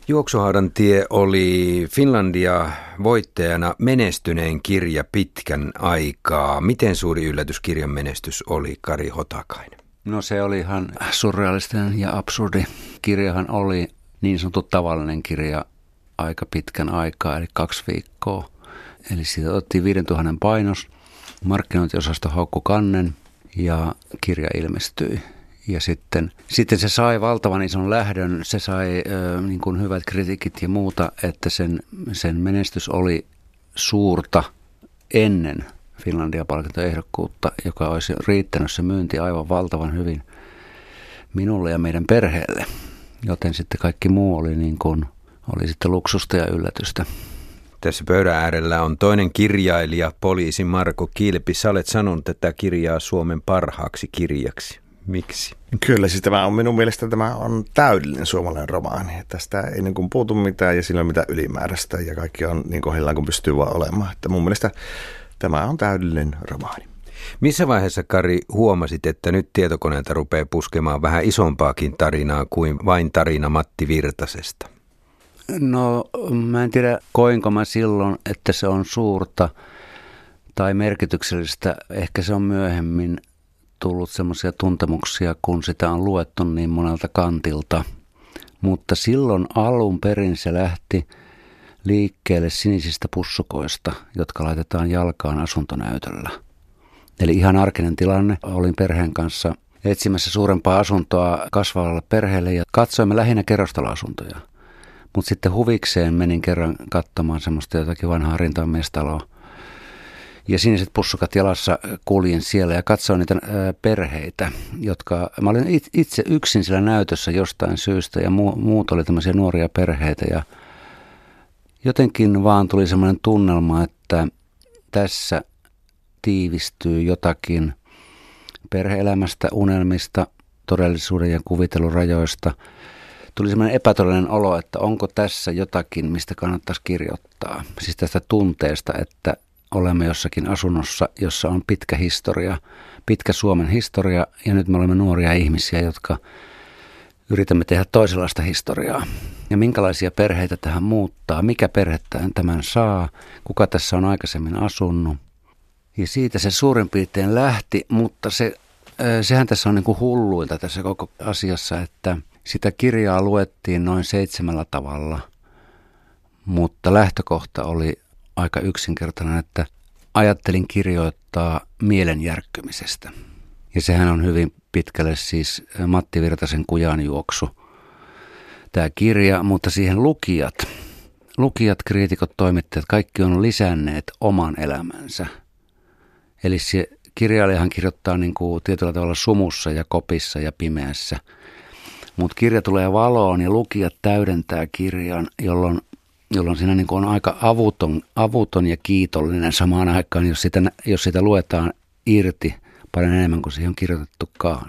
Juoksuhaudan tie oli Finlandia voittajana menestyneen kirja pitkän aikaa. Miten suuri yllätys kirjan menestys oli, Kari Hotakainen? No se oli ihan surrealistinen ja absurdi. Kirjahan oli niin sanottu tavallinen kirja aika pitkän aikaa, eli 2 viikkoa. Eli siitä otettiin 5000 painos, markkinointiosasto haukku kannen ja kirja ilmestyi. Ja sitten se sai valtavan ison lähdön, se sai niin kuin hyvät kritiikit ja muuta, että sen menestys oli suurta ennen Finlandia-palkintoehdokkuutta, joka olisi riittänyt se myynti aivan valtavan hyvin minulle ja meidän perheelle. Joten sitten kaikki muu oli sitten luksusta ja yllätystä. Tässä pöydän äärellä on toinen kirjailija, poliisi Marko Kilpi. Sä olet sanonut tätä kirjaa Suomen parhaaksi kirjaksi. Miksi? Kyllä, siis minun mielestä tämä on täydellinen suomalainen romaani. Tästä ei niin kuin puutu mitään ja sillä ei ole mitään ylimääräistä ja kaikki on niin kohdillaan kuin pystyy vaan olemaan. Että mun mielestä tämä on täydellinen romaani. Missä vaiheessa, Kari, huomasit, että nyt tietokoneelta rupeaa puskemaan vähän isompaakin tarinaa kuin vain tarina Matti Virtasesta? No mä en tiedä, koinko mä silloin, että se on suurta tai merkityksellistä. Ehkä se on myöhemmin tullut semmoisia tuntemuksia, kun sitä on luettu niin monelta kantilta. Mutta silloin alun perin se lähti liikkeelle sinisistä pussukoista, jotka laitetaan jalkaan asuntonäytöllä. Eli ihan arkinen tilanne. Olin perheen kanssa etsimässä suurempaa asuntoa kasvavalle perheelle ja katsoimme lähinnä kerrostaloasuntoja. Mutta sitten huvikseen menin kerran katsomaan semmoista jotakin vanhaa rintamamiestaloa. Ja siniset pussukat jalassa kuljin siellä ja katsoin niitä perheitä, mä olin itse yksin siellä näytössä jostain syystä ja muut oli tämmöisiä nuoria perheitä. Ja jotenkin vaan tuli semmoinen tunnelma, että tässä tiivistyy jotakin perhe-elämästä, unelmista, todellisuuden ja kuvitelun rajoista. Tuli semmoinen epätodellinen olo, että onko tässä jotakin, mistä kannattaisi kirjoittaa. Siis tästä tunteesta, että olemme jossakin asunnossa, jossa on pitkä historia, pitkä Suomen historia, ja nyt me olemme nuoria ihmisiä, jotka yritämme tehdä toisenlaista historiaa. Ja minkälaisia perheitä tähän muuttaa, mikä perhe tämän saa, kuka tässä on aikaisemmin asunut. Ja siitä se suurin piirtein lähti, mutta sehän tässä on niin kuin hulluilta tässä koko asiassa, että sitä kirjaa luettiin noin 7 tavalla, mutta lähtökohta oli aika yksinkertainen, että ajattelin kirjoittaa mielen järkkymisestä. Ja sehän on hyvin pitkälle siis Matti Virtasen Kujanjuoksu, tämä kirja, mutta siihen lukijat, kriitikot, toimittajat, kaikki on lisänneet oman elämänsä. Eli se kirjailijahan kirjoittaa niin kuin tietyllä tavalla sumussa ja kopissa ja pimeässä. Mutta kirja tulee valoon ja lukijat täydentää kirjan, jolloin siinä niin kuin on aika avuton ja kiitollinen samaan aikaan, jos sitä luetaan irti paljon enemmän kuin siihen on kirjoitettukaan.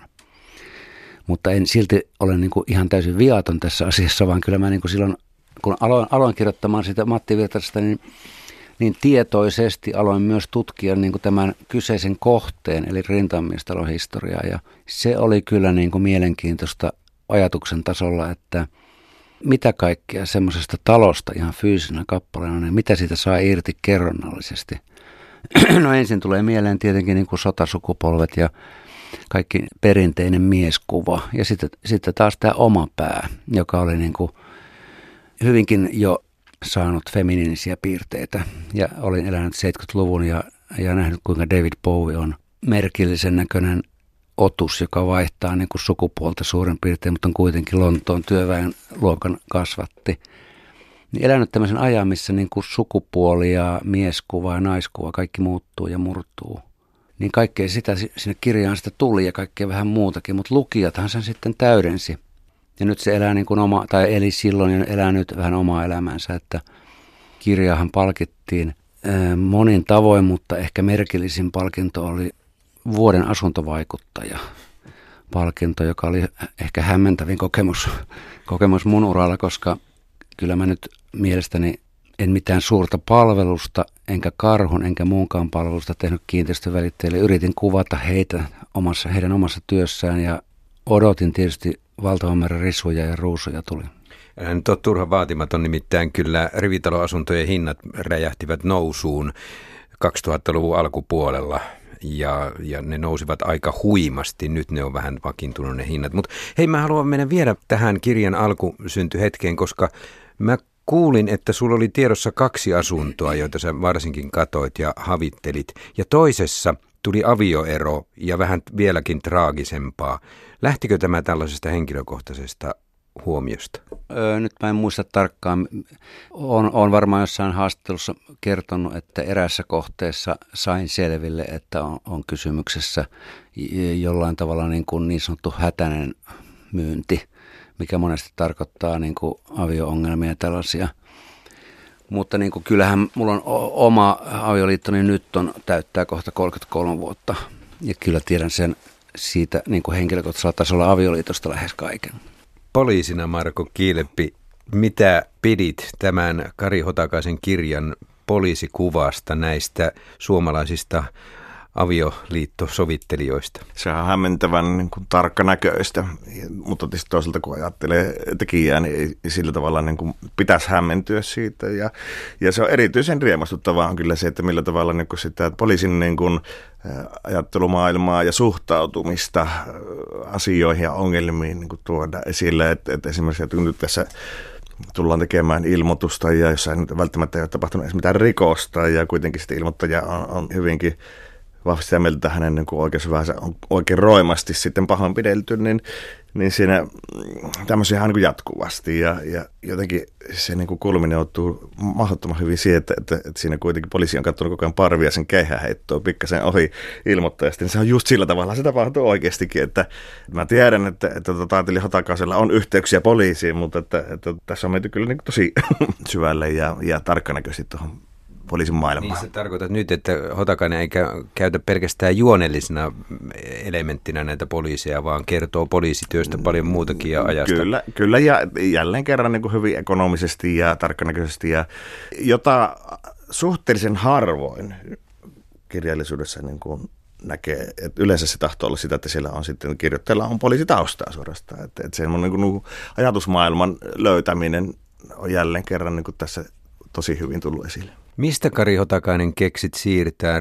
Mutta en silti ole niin kuin ihan täysin viaton tässä asiassa, vaan kyllä mä niin kuin silloin, kun aloin kirjoittamaan sitä Matti Virtasesta, niin tietoisesti aloin myös tutkia niin kuin tämän kyseisen kohteen, eli rintamamiestalon historiaa. Ja se oli kyllä niin kuin mielenkiintoista ajatuksen tasolla, että mitä kaikkea semmoisesta talosta ihan fyysisenä kappaleena, niin mitä siitä saa irti kerronnallisesti. No ensin tulee mieleen tietenkin niin kuin sotasukupolvet ja kaikki perinteinen mieskuva. Ja sitten taas tämä oma pää, joka oli niin kuin hyvinkin jo saanut feminiinisiä piirteitä. Ja olin elänyt 70-luvun ja nähnyt, kuinka David Bowie on merkillisen näköinen otus, joka vaihtaa niin kuin sukupuolta suurin piirtein, mutta on kuitenkin Lontoon työväenluokan kasvatti. Niin elänyt tämmöisen ajan, missä niin kuin sukupuoli ja mieskuva ja naiskuva, kaikki muuttuu ja murtuu. Niin kaikkea sitä sinne kirjaan sitä tuli ja kaikkea vähän muutakin, mutta lukijathan sen sitten täydensi. Ja nyt se elää niin kuin eli silloin ja elää nyt vähän omaa elämänsä, että kirjaahan palkittiin monin tavoin, mutta ehkä merkillisin palkinto oli vuoden asuntovaikuttaja palkinto, joka oli ehkä hämmentävin kokemus mun uralla, koska kyllä mä nyt mielestäni en mitään suurta palvelusta, enkä Karhun, enkä muunkaan palvelusta tehnyt kiinteistövälittäjille. Yritin kuvata heidän omassa työssään ja odotin tietysti valtavan määrän risuja ja ruusuja tuli. Nyt on turha vaatimaton, nimittäin kyllä rivitaloasuntojen hinnat räjähtivät nousuun 2000-luvun alkupuolella. Ja ne nousivat aika huimasti. Nyt ne on vähän vakiintunut ne hinnat. Mutta hei, mä haluan mennä vielä tähän kirjan alkusyntyhetkeen, koska mä kuulin, että sulla oli tiedossa 2 asuntoa, joita sä varsinkin katoit ja havittelit. Ja toisessa tuli avioero ja vähän vieläkin traagisempaa. Lähtikö tämä tällaisesta henkilökohtaisesta huomiosta? Nyt mä en muista tarkkaan. Olen varmaan jossain haastattelussa kertonut, että eräässä kohteessa sain selville, että on kysymyksessä jollain tavalla niin sanottu hätäinen myynti, mikä monesti tarkoittaa niin kuin avio-ongelmia ja tällaisia. Mutta niin kuin kyllähän mulla on oma avioliittoni nyt täyttää kohta 33 vuotta. Ja kyllä tiedän sen siitä niin kuin henkilökohtaisella tasolla avioliitosta lähes kaiken. Poliisina Marko Kilpi, mitä pidit tämän Kari Hotakaisen kirjan poliisikuvasta näistä suomalaisista avioliittosovittelijoista? Se on hämmentävän niin kuin tarkkanäköistä, mutta tietysti toisaalta kun ajattelee tekijää, niin ei sillä tavalla niin kuin pitäisi hämmentyä siitä. Ja se on erityisen riemastuttavaa on kyllä se, että millä tavalla niin kuin sitä poliisin niin kuin ajattelumaailmaa ja suhtautumista asioihin ja ongelmiin niin kuin tuoda esille. Että esimerkiksi että nyt tässä tullaan tekemään ilmoitusta ja jossain välttämättä ei ole tapahtunut edes mitään rikosta ja kuitenkin sitten ilmoittaja on hyvinkin vahvasti sitä mieltä, että hänen niin oikeushyvänsä on oikein roimasti sitten pahoinpidelty, niin siinä tämmöisiä on niin jatkuvasti ja jotenkin se niin kulminoituu mahdottoman hyvin siihen, että siinä kuitenkin poliisi on katsonut koko ajan parvia sen keihäheittoa pikkasen ohi ilmoittajasta, niin se on just sillä tavalla, se tapahtuu oikeastikin, että mä tiedän, että Taateli Hotakaisella on yhteyksiä poliisiin, mutta että tässä on menty kyllä niin tosi syvälle ja tarkkanäköisesti tuohon poliisin maailmaa. Niin sä tarkoitat nyt, että Hotakainen ei käytä pelkästään juonellisena elementtinä näitä poliiseja, vaan kertoo poliisityöstä paljon muutakin ja ajasta. Kyllä ja jälleen kerran niin kuin hyvin ekonomisesti ja tarkkanäköisesti, ja jota suhteellisen harvoin kirjallisuudessa niin kuin näkee, että yleensä se tahtoo olla sitä, että siellä on sitten kirjoittajalla on poliisitaustaa suorastaan. Että se on niin kuin ajatusmaailman löytäminen on jälleen kerran niin kuin tässä tosi hyvin tullut esille. Mistä Kari Hotakainen keksit siirtää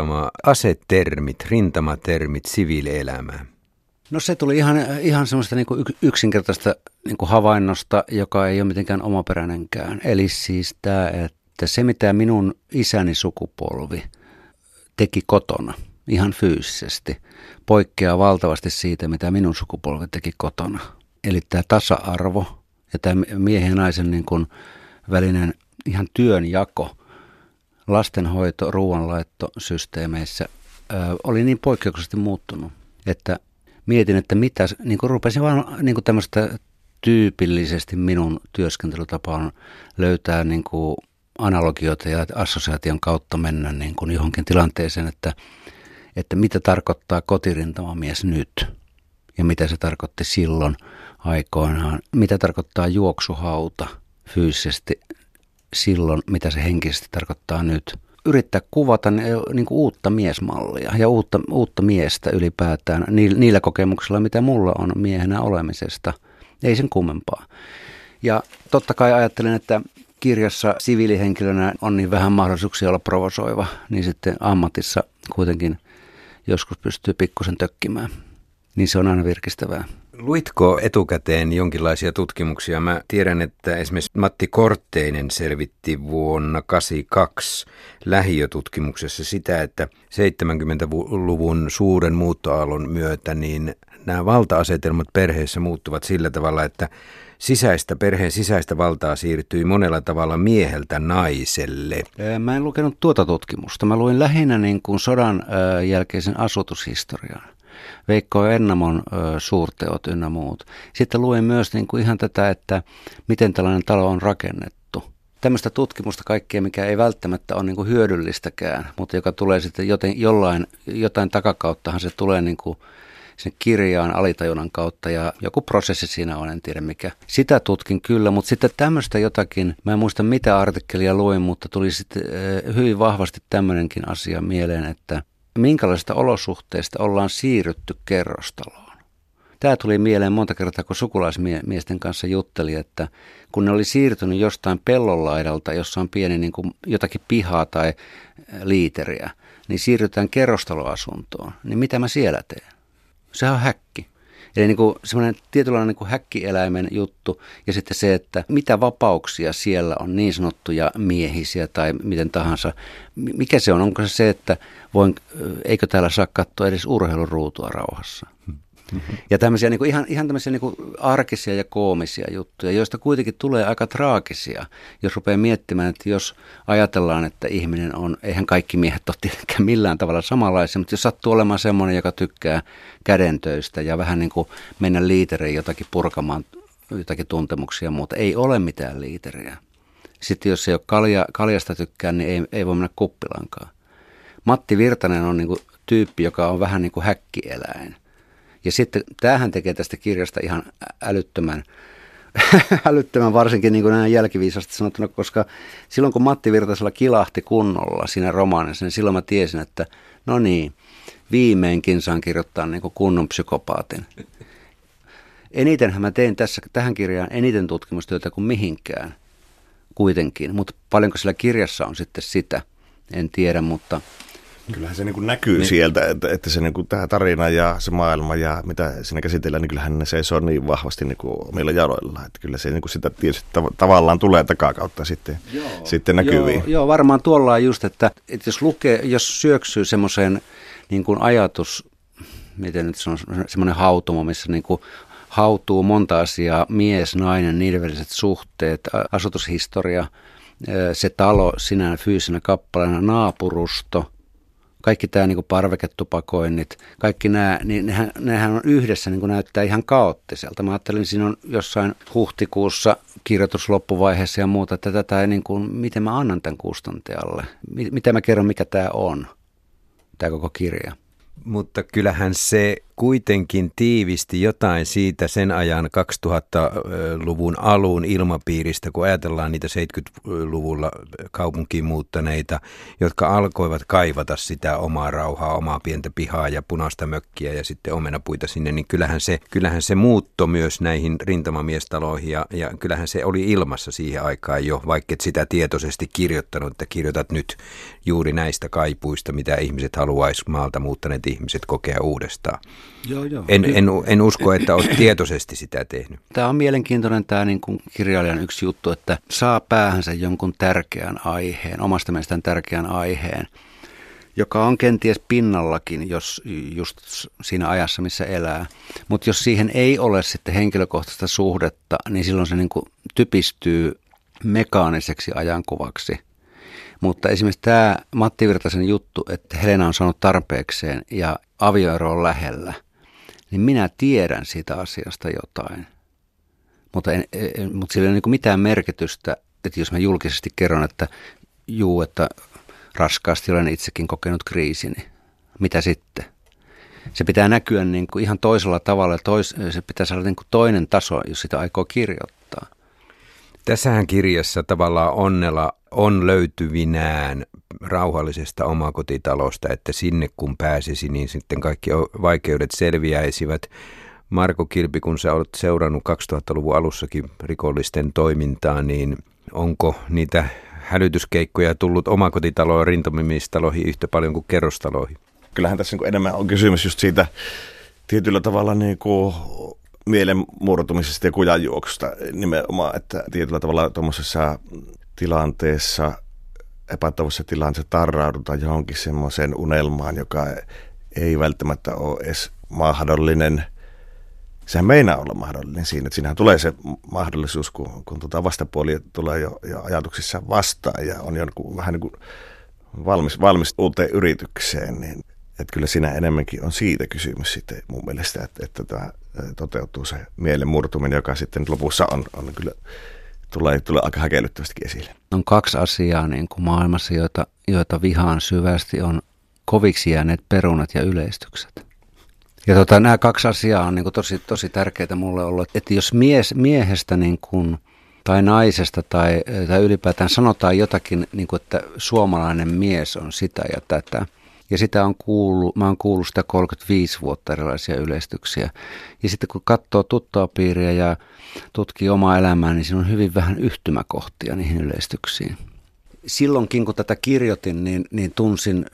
rintamatermit siviilielämään? No se tuli ihan semmoista niin kuin yksinkertaista niin kuin havainnosta, joka ei ole mitenkään omaperäinenkään. Eli siis tämä, että se mitä minun isäni sukupolvi teki kotona ihan fyysisesti, poikkeaa valtavasti siitä, mitä minun sukupolvi teki kotona. Eli tämä tasa-arvo ja tämä miehen ja naisen niin kuin välinen ihan työnjako lastenhoito, ruoanlaittosysteemeissä oli niin poikkeuksellisesti muuttunut, että mietin, että mitä, niin kuin rupesin vaan niin kuin tämmöistä tyypillisesti minun työskentelytapaan löytää niin kuin analogioita ja assosiaation kautta mennä niin kuin johonkin tilanteeseen, että mitä tarkoittaa kotirintamamies nyt ja mitä se tarkoitti silloin aikoinaan, mitä tarkoittaa juoksuhauta fyysisesti silloin, mitä se henkisesti tarkoittaa nyt. Yrittää kuvata niin kuin uutta miesmallia ja uutta miestä ylipäätään niillä kokemuksilla, mitä mulla on miehenä olemisesta. Ei sen kummempaa. Ja totta kai ajattelen, että kirjassa siviilihenkilönä on niin vähän mahdollisuuksia olla provosoiva, niin sitten ammatissa kuitenkin joskus pystyy pikkusen tökkimään. Niin se on aina virkistävää. Luitko etukäteen jonkinlaisia tutkimuksia? Mä tiedän, että esimerkiksi Matti Kortteinen selvitti vuonna 1982 lähiötutkimuksessa sitä, että 70-luvun suuren muuttoaallon myötä niin nämä valta-asetelmat perheessä muuttuvat sillä tavalla, että perheen sisäistä valtaa siirtyi monella tavalla mieheltä naiselle. Mä en lukenut tuota tutkimusta. Mä luin lähinnä niin kuin sodan jälkeisen asutushistorian. Veikko Ennamon suurteot ynnä muut. Sitten luin myös niin kuin ihan tätä, että miten tällainen talo on rakennettu. Tämmöistä tutkimusta kaikkea, mikä ei välttämättä ole niin kuin hyödyllistäkään, mutta joka tulee sitten jotain takakauttahan se tulee niin kuin sen kirjaan alitajunnan kautta ja joku prosessi siinä on, en tiedä mikä. Sitä tutkin kyllä, mutta sitten tämmöistä jotakin, mä en muista mitä artikkelia luin, mutta tuli sitten hyvin vahvasti tämmöinenkin asia mieleen, että minkälaisista olosuhteista ollaan siirrytty kerrostaloon. Tämä tuli mieleen monta kertaa, kun sukulaismiesten kanssa jutteli, että kun ne oli siirtynyt jostain pellonlaidalta, jossa on pieni niin kuin jotakin pihaa tai liiteriä, niin siirrytään kerrostaloasuntoon. Niin mitä mä siellä teen? Sehän on häkki. Eli niin kuin semmoinen tietynlainen niin kuin häkkieläimen juttu ja sitten se, että mitä vapauksia siellä on niin sanottuja miehisiä tai miten tahansa. Mikä se on? Onko se, että eikö täällä saa katsoa edes urheiluruutua rauhassa? Ja tämmöisiä niin kuin ihan tämmöisiä niin kuin arkisia ja koomisia juttuja, joista kuitenkin tulee aika traagisia, jos rupeaa miettimään, että jos ajatellaan, että ihminen on, eihän kaikki miehet ole tietenkään millään tavalla samanlaisia, mutta jos sattuu olemaan semmoinen, joka tykkää kädentöistä ja vähän niin kuin mennä liiteriin jotakin purkamaan jotakin tuntemuksia ja muuta, ei ole mitään liiteriä. Sitten jos ei ole kaljasta tykkää, niin ei voi mennä kuppilankaan. Matti Virtanen on niin kuin tyyppi, joka on vähän niin kuin häkkieläin. Ja sitten tämähän tekee tästä kirjasta ihan älyttömän varsinkin niin kuin näin jälkiviisasti sanottuna, koska silloin kun Matti Virtasella kilahti kunnolla siinä romaanissa, niin silloin mä tiesin, että no niin, viimeinkin saan kirjoittaa niin kuin kunnon psykopaatin. Enitenhän mä tein tähän kirjaan eniten tutkimustyötä kuin mihinkään kuitenkin, mutta paljonko sillä kirjassa on sitten sitä, en tiedä, mutta... Kyllähän se niin kuin näkyy sieltä, että se niin kuin tämä tarina ja se maailma ja mitä siinä käsitellään, niin kyllähän ne seisoo niin vahvasti niin kuin omilla jaloillaan. Että kyllä se niin kuin sitä tietysti tavallaan tulee takakautta sitten näkyviin. Joo, varmaan tuolla on just, että jos syöksyy semmoiseen niin kuin ajatus, miten nyt se on semmoinen hautumo, missä niin kuin hautuu monta asiaa, mies, nainen, niiden väliset suhteet, asutushistoria, se talo sinä fyysisenä kappaleena, naapurusto, kaikki tämä niin kuin parveketupakoinnit, kaikki nämä, niin nehän on yhdessä niin kuin näyttää ihan kaoottiselta. Mä ajattelin, siinä on jossain huhtikuussa kirjoitusloppuvaiheessa ja muuta, että tätä niin kuin, miten mä annan tämän kustantajalle, mitä mä kerron, mikä tämä on, tämä koko kirja. Mutta kyllähän se kuitenkin tiivisti jotain siitä sen ajan 2000-luvun alun ilmapiiristä, kun ajatellaan niitä 70-luvulla kaupunkiin muuttaneita, jotka alkoivat kaivata sitä omaa rauhaa, omaa pientä pihaa ja punaista mökkiä ja sitten omenapuita sinne, niin kyllähän se muutto myös näihin rintamamiestaloihin ja kyllähän se oli ilmassa siihen aikaan jo, vaikka et sitä tietoisesti kirjoittanut, että kirjoitat nyt juuri näistä kaipuista, mitä ihmiset haluaisi maalta muuttaneet ihmiset kokea uudestaan. Joo. En usko, että olet tietoisesti sitä tehnyt. Tämä on mielenkiintoinen tämä niin kuin kirjailijan yksi juttu, että saa päähänsä jonkun tärkeän aiheen, omasta mielestään tärkeän aiheen, joka on kenties pinnallakin, jos just siinä ajassa, missä elää. Mutta jos siihen ei ole sitten henkilökohtaista suhdetta, niin silloin se niin kuin typistyy mekaaniseksi ajankuvaksi. Mutta esimerkiksi tämä Matti Virtasen juttu, että Helena on saanut tarpeekseen ja avioero on lähellä, niin minä tiedän siitä asiasta jotain. Mutta sillä ei ole niin mitään merkitystä, että jos mä julkisesti kerron, että raskaasti olen itsekin kokenut kriisini, mitä sitten? Se pitää näkyä niin kuin ihan toisella tavalla, se pitää saada niin kuin toinen taso, jos sitä aikoo kirjoittaa. Tässähän kirjassa tavallaan onnella on löytyvinään rauhallisesta omakotitalosta, että sinne kun pääsisi, niin sitten kaikki vaikeudet selviäisivät. Marko Kilpi, kun sä olet seurannut 2000-luvun alussakin rikollisten toimintaa, niin onko niitä hälytyskeikkoja tullut omakotitaloihin ja rintamamistaloihin yhtä paljon kuin kerrostaloihin? Kyllähän tässä niin enemmän on kysymys just siitä tietyllä tavalla niin kuin mielen murtumisesta ja kujanjuoksusta nimenomaan, että tietyllä tavalla tuommoisessa tilanteessa, epätoivoisessa tilanteessa tarraudutaan johonkin semmoiseen unelmaan, joka ei välttämättä ole edes mahdollinen. Sehän meinaa olla mahdollinen siinä, että siinähän tulee se mahdollisuus, kun vastapuoli tulee jo ajatuksissa vastaan ja on jo vähän niin kuin valmis uuteen yritykseen, niin että kyllä siinä enemmänkin on siitä kysymys sitten mun mielestä, että tämä toteutuu se mielen murtuminen, joka sitten lopussa on kyllä tulee aika häkellyttävästikin esille. On kaksi asiaa niin kuin maailmassa, joita vihaan syvästi, on koviksi jääneet perunat ja yleistykset. Ja nämä kaksi asiaa on niin kuin tosi tärkeitä mulle ollut, että jos miehestä niin kuin, tai naisesta tai ylipäätään sanotaan jotakin, niin kuin, että suomalainen mies on sitä ja tätä, Ja mä oon kuullut sitä 35 vuotta erilaisia yleistyksiä. Ja sitten kun katsoo tuttavapiiriä ja tutkii omaa elämää, niin siinä on hyvin vähän yhtymäkohtia niihin yleistyksiin. Silloinkin, kun tätä kirjoitin, niin tunsin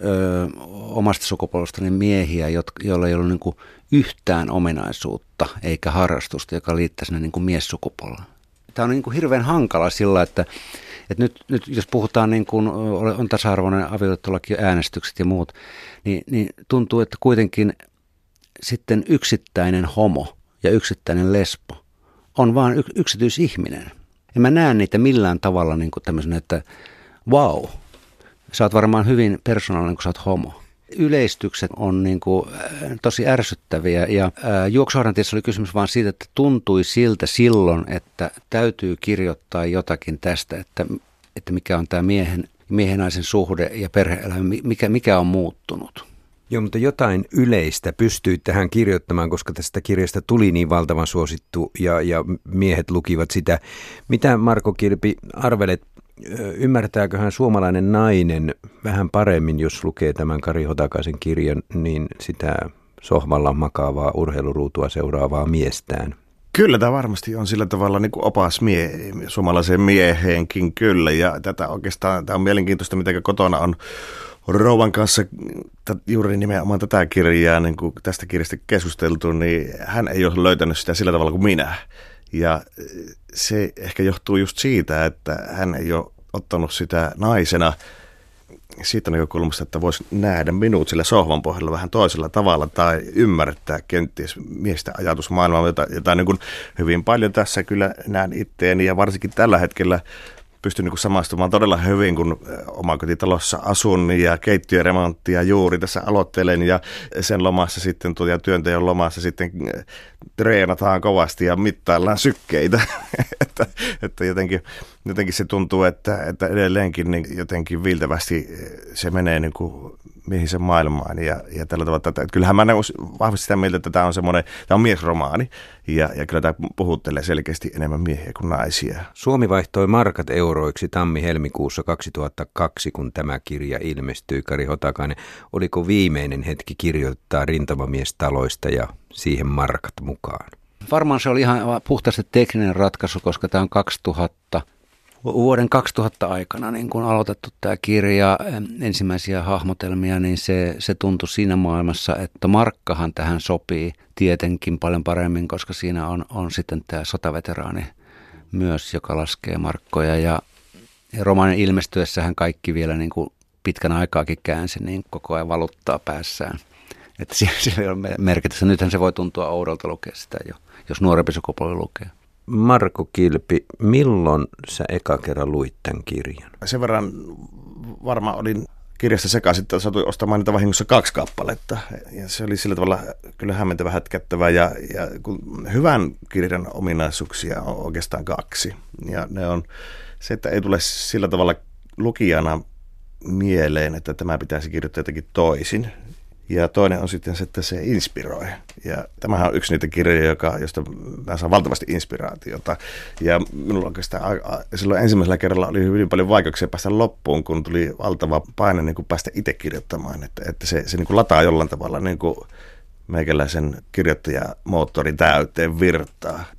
omasta sukupolvestani miehiä, joilla ei ollut niin kuin yhtään ominaisuutta eikä harrastusta, joka liittäisi ne niin kuin miessukupolven. Tämä on niin kuin hirveän hankala sillä, että nyt jos puhutaan niin kuin on tasa-arvoinen avioliittolaki, äänestykset ja muut, niin tuntuu, että kuitenkin sitten yksittäinen homo ja yksittäinen lesbo on vaan yksityisihminen. En mä näe niitä millään tavalla niin kuin tämmöisenä, että vau, sä oot varmaan hyvin persoonallinen, kun sä oot homo. Yleistykset on niin kuin tosi ärsyttäviä ja Juoksuharjanteessa oli kysymys vaan siitä, että tuntui siltä silloin, että täytyy kirjoittaa jotakin tästä, että mikä on tämä miehen naisen suhde ja perhe-elämä, mikä on muuttunut. Joo, mutta jotain yleistä pystyi tähän kirjoittamaan, koska tästä kirjasta tuli niin valtavan suosittu ja miehet lukivat sitä. Mitä Marko Kilpi arvelet, ymmärtääköhän suomalainen nainen vähän paremmin, jos lukee tämän Kari Hotakaisen kirjan, niin sitä sohvalla makaavaa urheiluruutua seuraavaa miestään? Kyllä tämä varmasti on sillä tavalla niin kuin opas suomalaiseen mieheenkin kyllä, ja tätä oikeastaan, tämä on mielenkiintoista, miten kotona on rouvan kanssa juuri nimenomaan tätä kirjaa, niin kuin tästä kirjasta keskusteltu, niin hän ei ole löytänyt sitä sillä tavalla kuin minä. Ja se ehkä johtuu just siitä, että hän ei ole ottanut sitä naisena siitä näkökulmasta, että voisi nähdä minut sillä sohvan pohjalla vähän toisella tavalla tai ymmärtää kenties miestä ajatusmaailmaa, jota niin kuin hyvin paljon tässä kyllä näen itteeni ja varsinkin tällä hetkellä pystyn niin kuin samastumaan todella hyvin, kun omakotitalossa asun ja keittiöremonttia juuri tässä aloittelen ja sen lomassa sitten ja työnteon lomassa sitten treenataan kovasti ja mittaillaan sykkeitä. että jotenkin se tuntuu, että edelleenkin niin jotenkin viiltävästi se menee niin kuin miehisen maailmaan ja tällä tavalla. Että kyllähän mä vahvasti sitä mieltä, että tämä on miesromaani ja kyllä tämä puhuttelee selkeästi enemmän miehiä kuin naisia. Suomi vaihtoi markat euroiksi tammi-helmikuussa 2002, kun tämä kirja ilmestyi. Kari Hotakainen, oliko viimeinen hetki kirjoittaa rintamamiestaloista ja siihen markat mukaan? Varmaan se oli ihan puhtaasti tekninen ratkaisu, koska tämä on vuoden 2000 aikana niin kun aloitettu tämä kirja, ensimmäisiä hahmotelmia, niin se tuntui siinä maailmassa, että markkahan tähän sopii tietenkin paljon paremmin, koska siinä on sitten tämä sotaveteraani myös, joka laskee markkoja ja romaanin ilmestyessähän kaikki vielä niin kuin pitkän aikaakin käänsi, niin koko ajan valuttaa päässään. Että sillä ei ole merkitystä. Nythän se voi tuntua oudolta lukea sitä jo, jos nuorempi sukupolvi lukee. Marko Kilpi, milloin sä eka kerran luit tämän kirjan? Sen verran varmaan olin kirjasta sekaisin, että satuin ostamaan niitä vahingossa 2 kappaletta. Ja se oli sillä tavalla kyllä hämmentävä, hätkättävä ja kun hyvän kirjan ominaisuuksia on oikeastaan 2. Ja ne on se, että ei tule sillä tavalla lukijana mieleen, että tämä pitäisi kirjoittaa jotenkin toisin. Ja toinen on sitten se, että se inspiroi. Ja tämähän on yksi niitä kirjoja, josta mä saan valtavasti inspiraatiota. Ja minulla oikeastaan silloin ensimmäisellä kerralla oli hyvin paljon vaikeuksia päästä loppuun, kun tuli valtava paine niin kuin päästä itse kirjoittamaan. Että se niin kuin lataa jollain tavalla niin kuin meikäläisen kirjoittajamoottorin täyteen virtaa.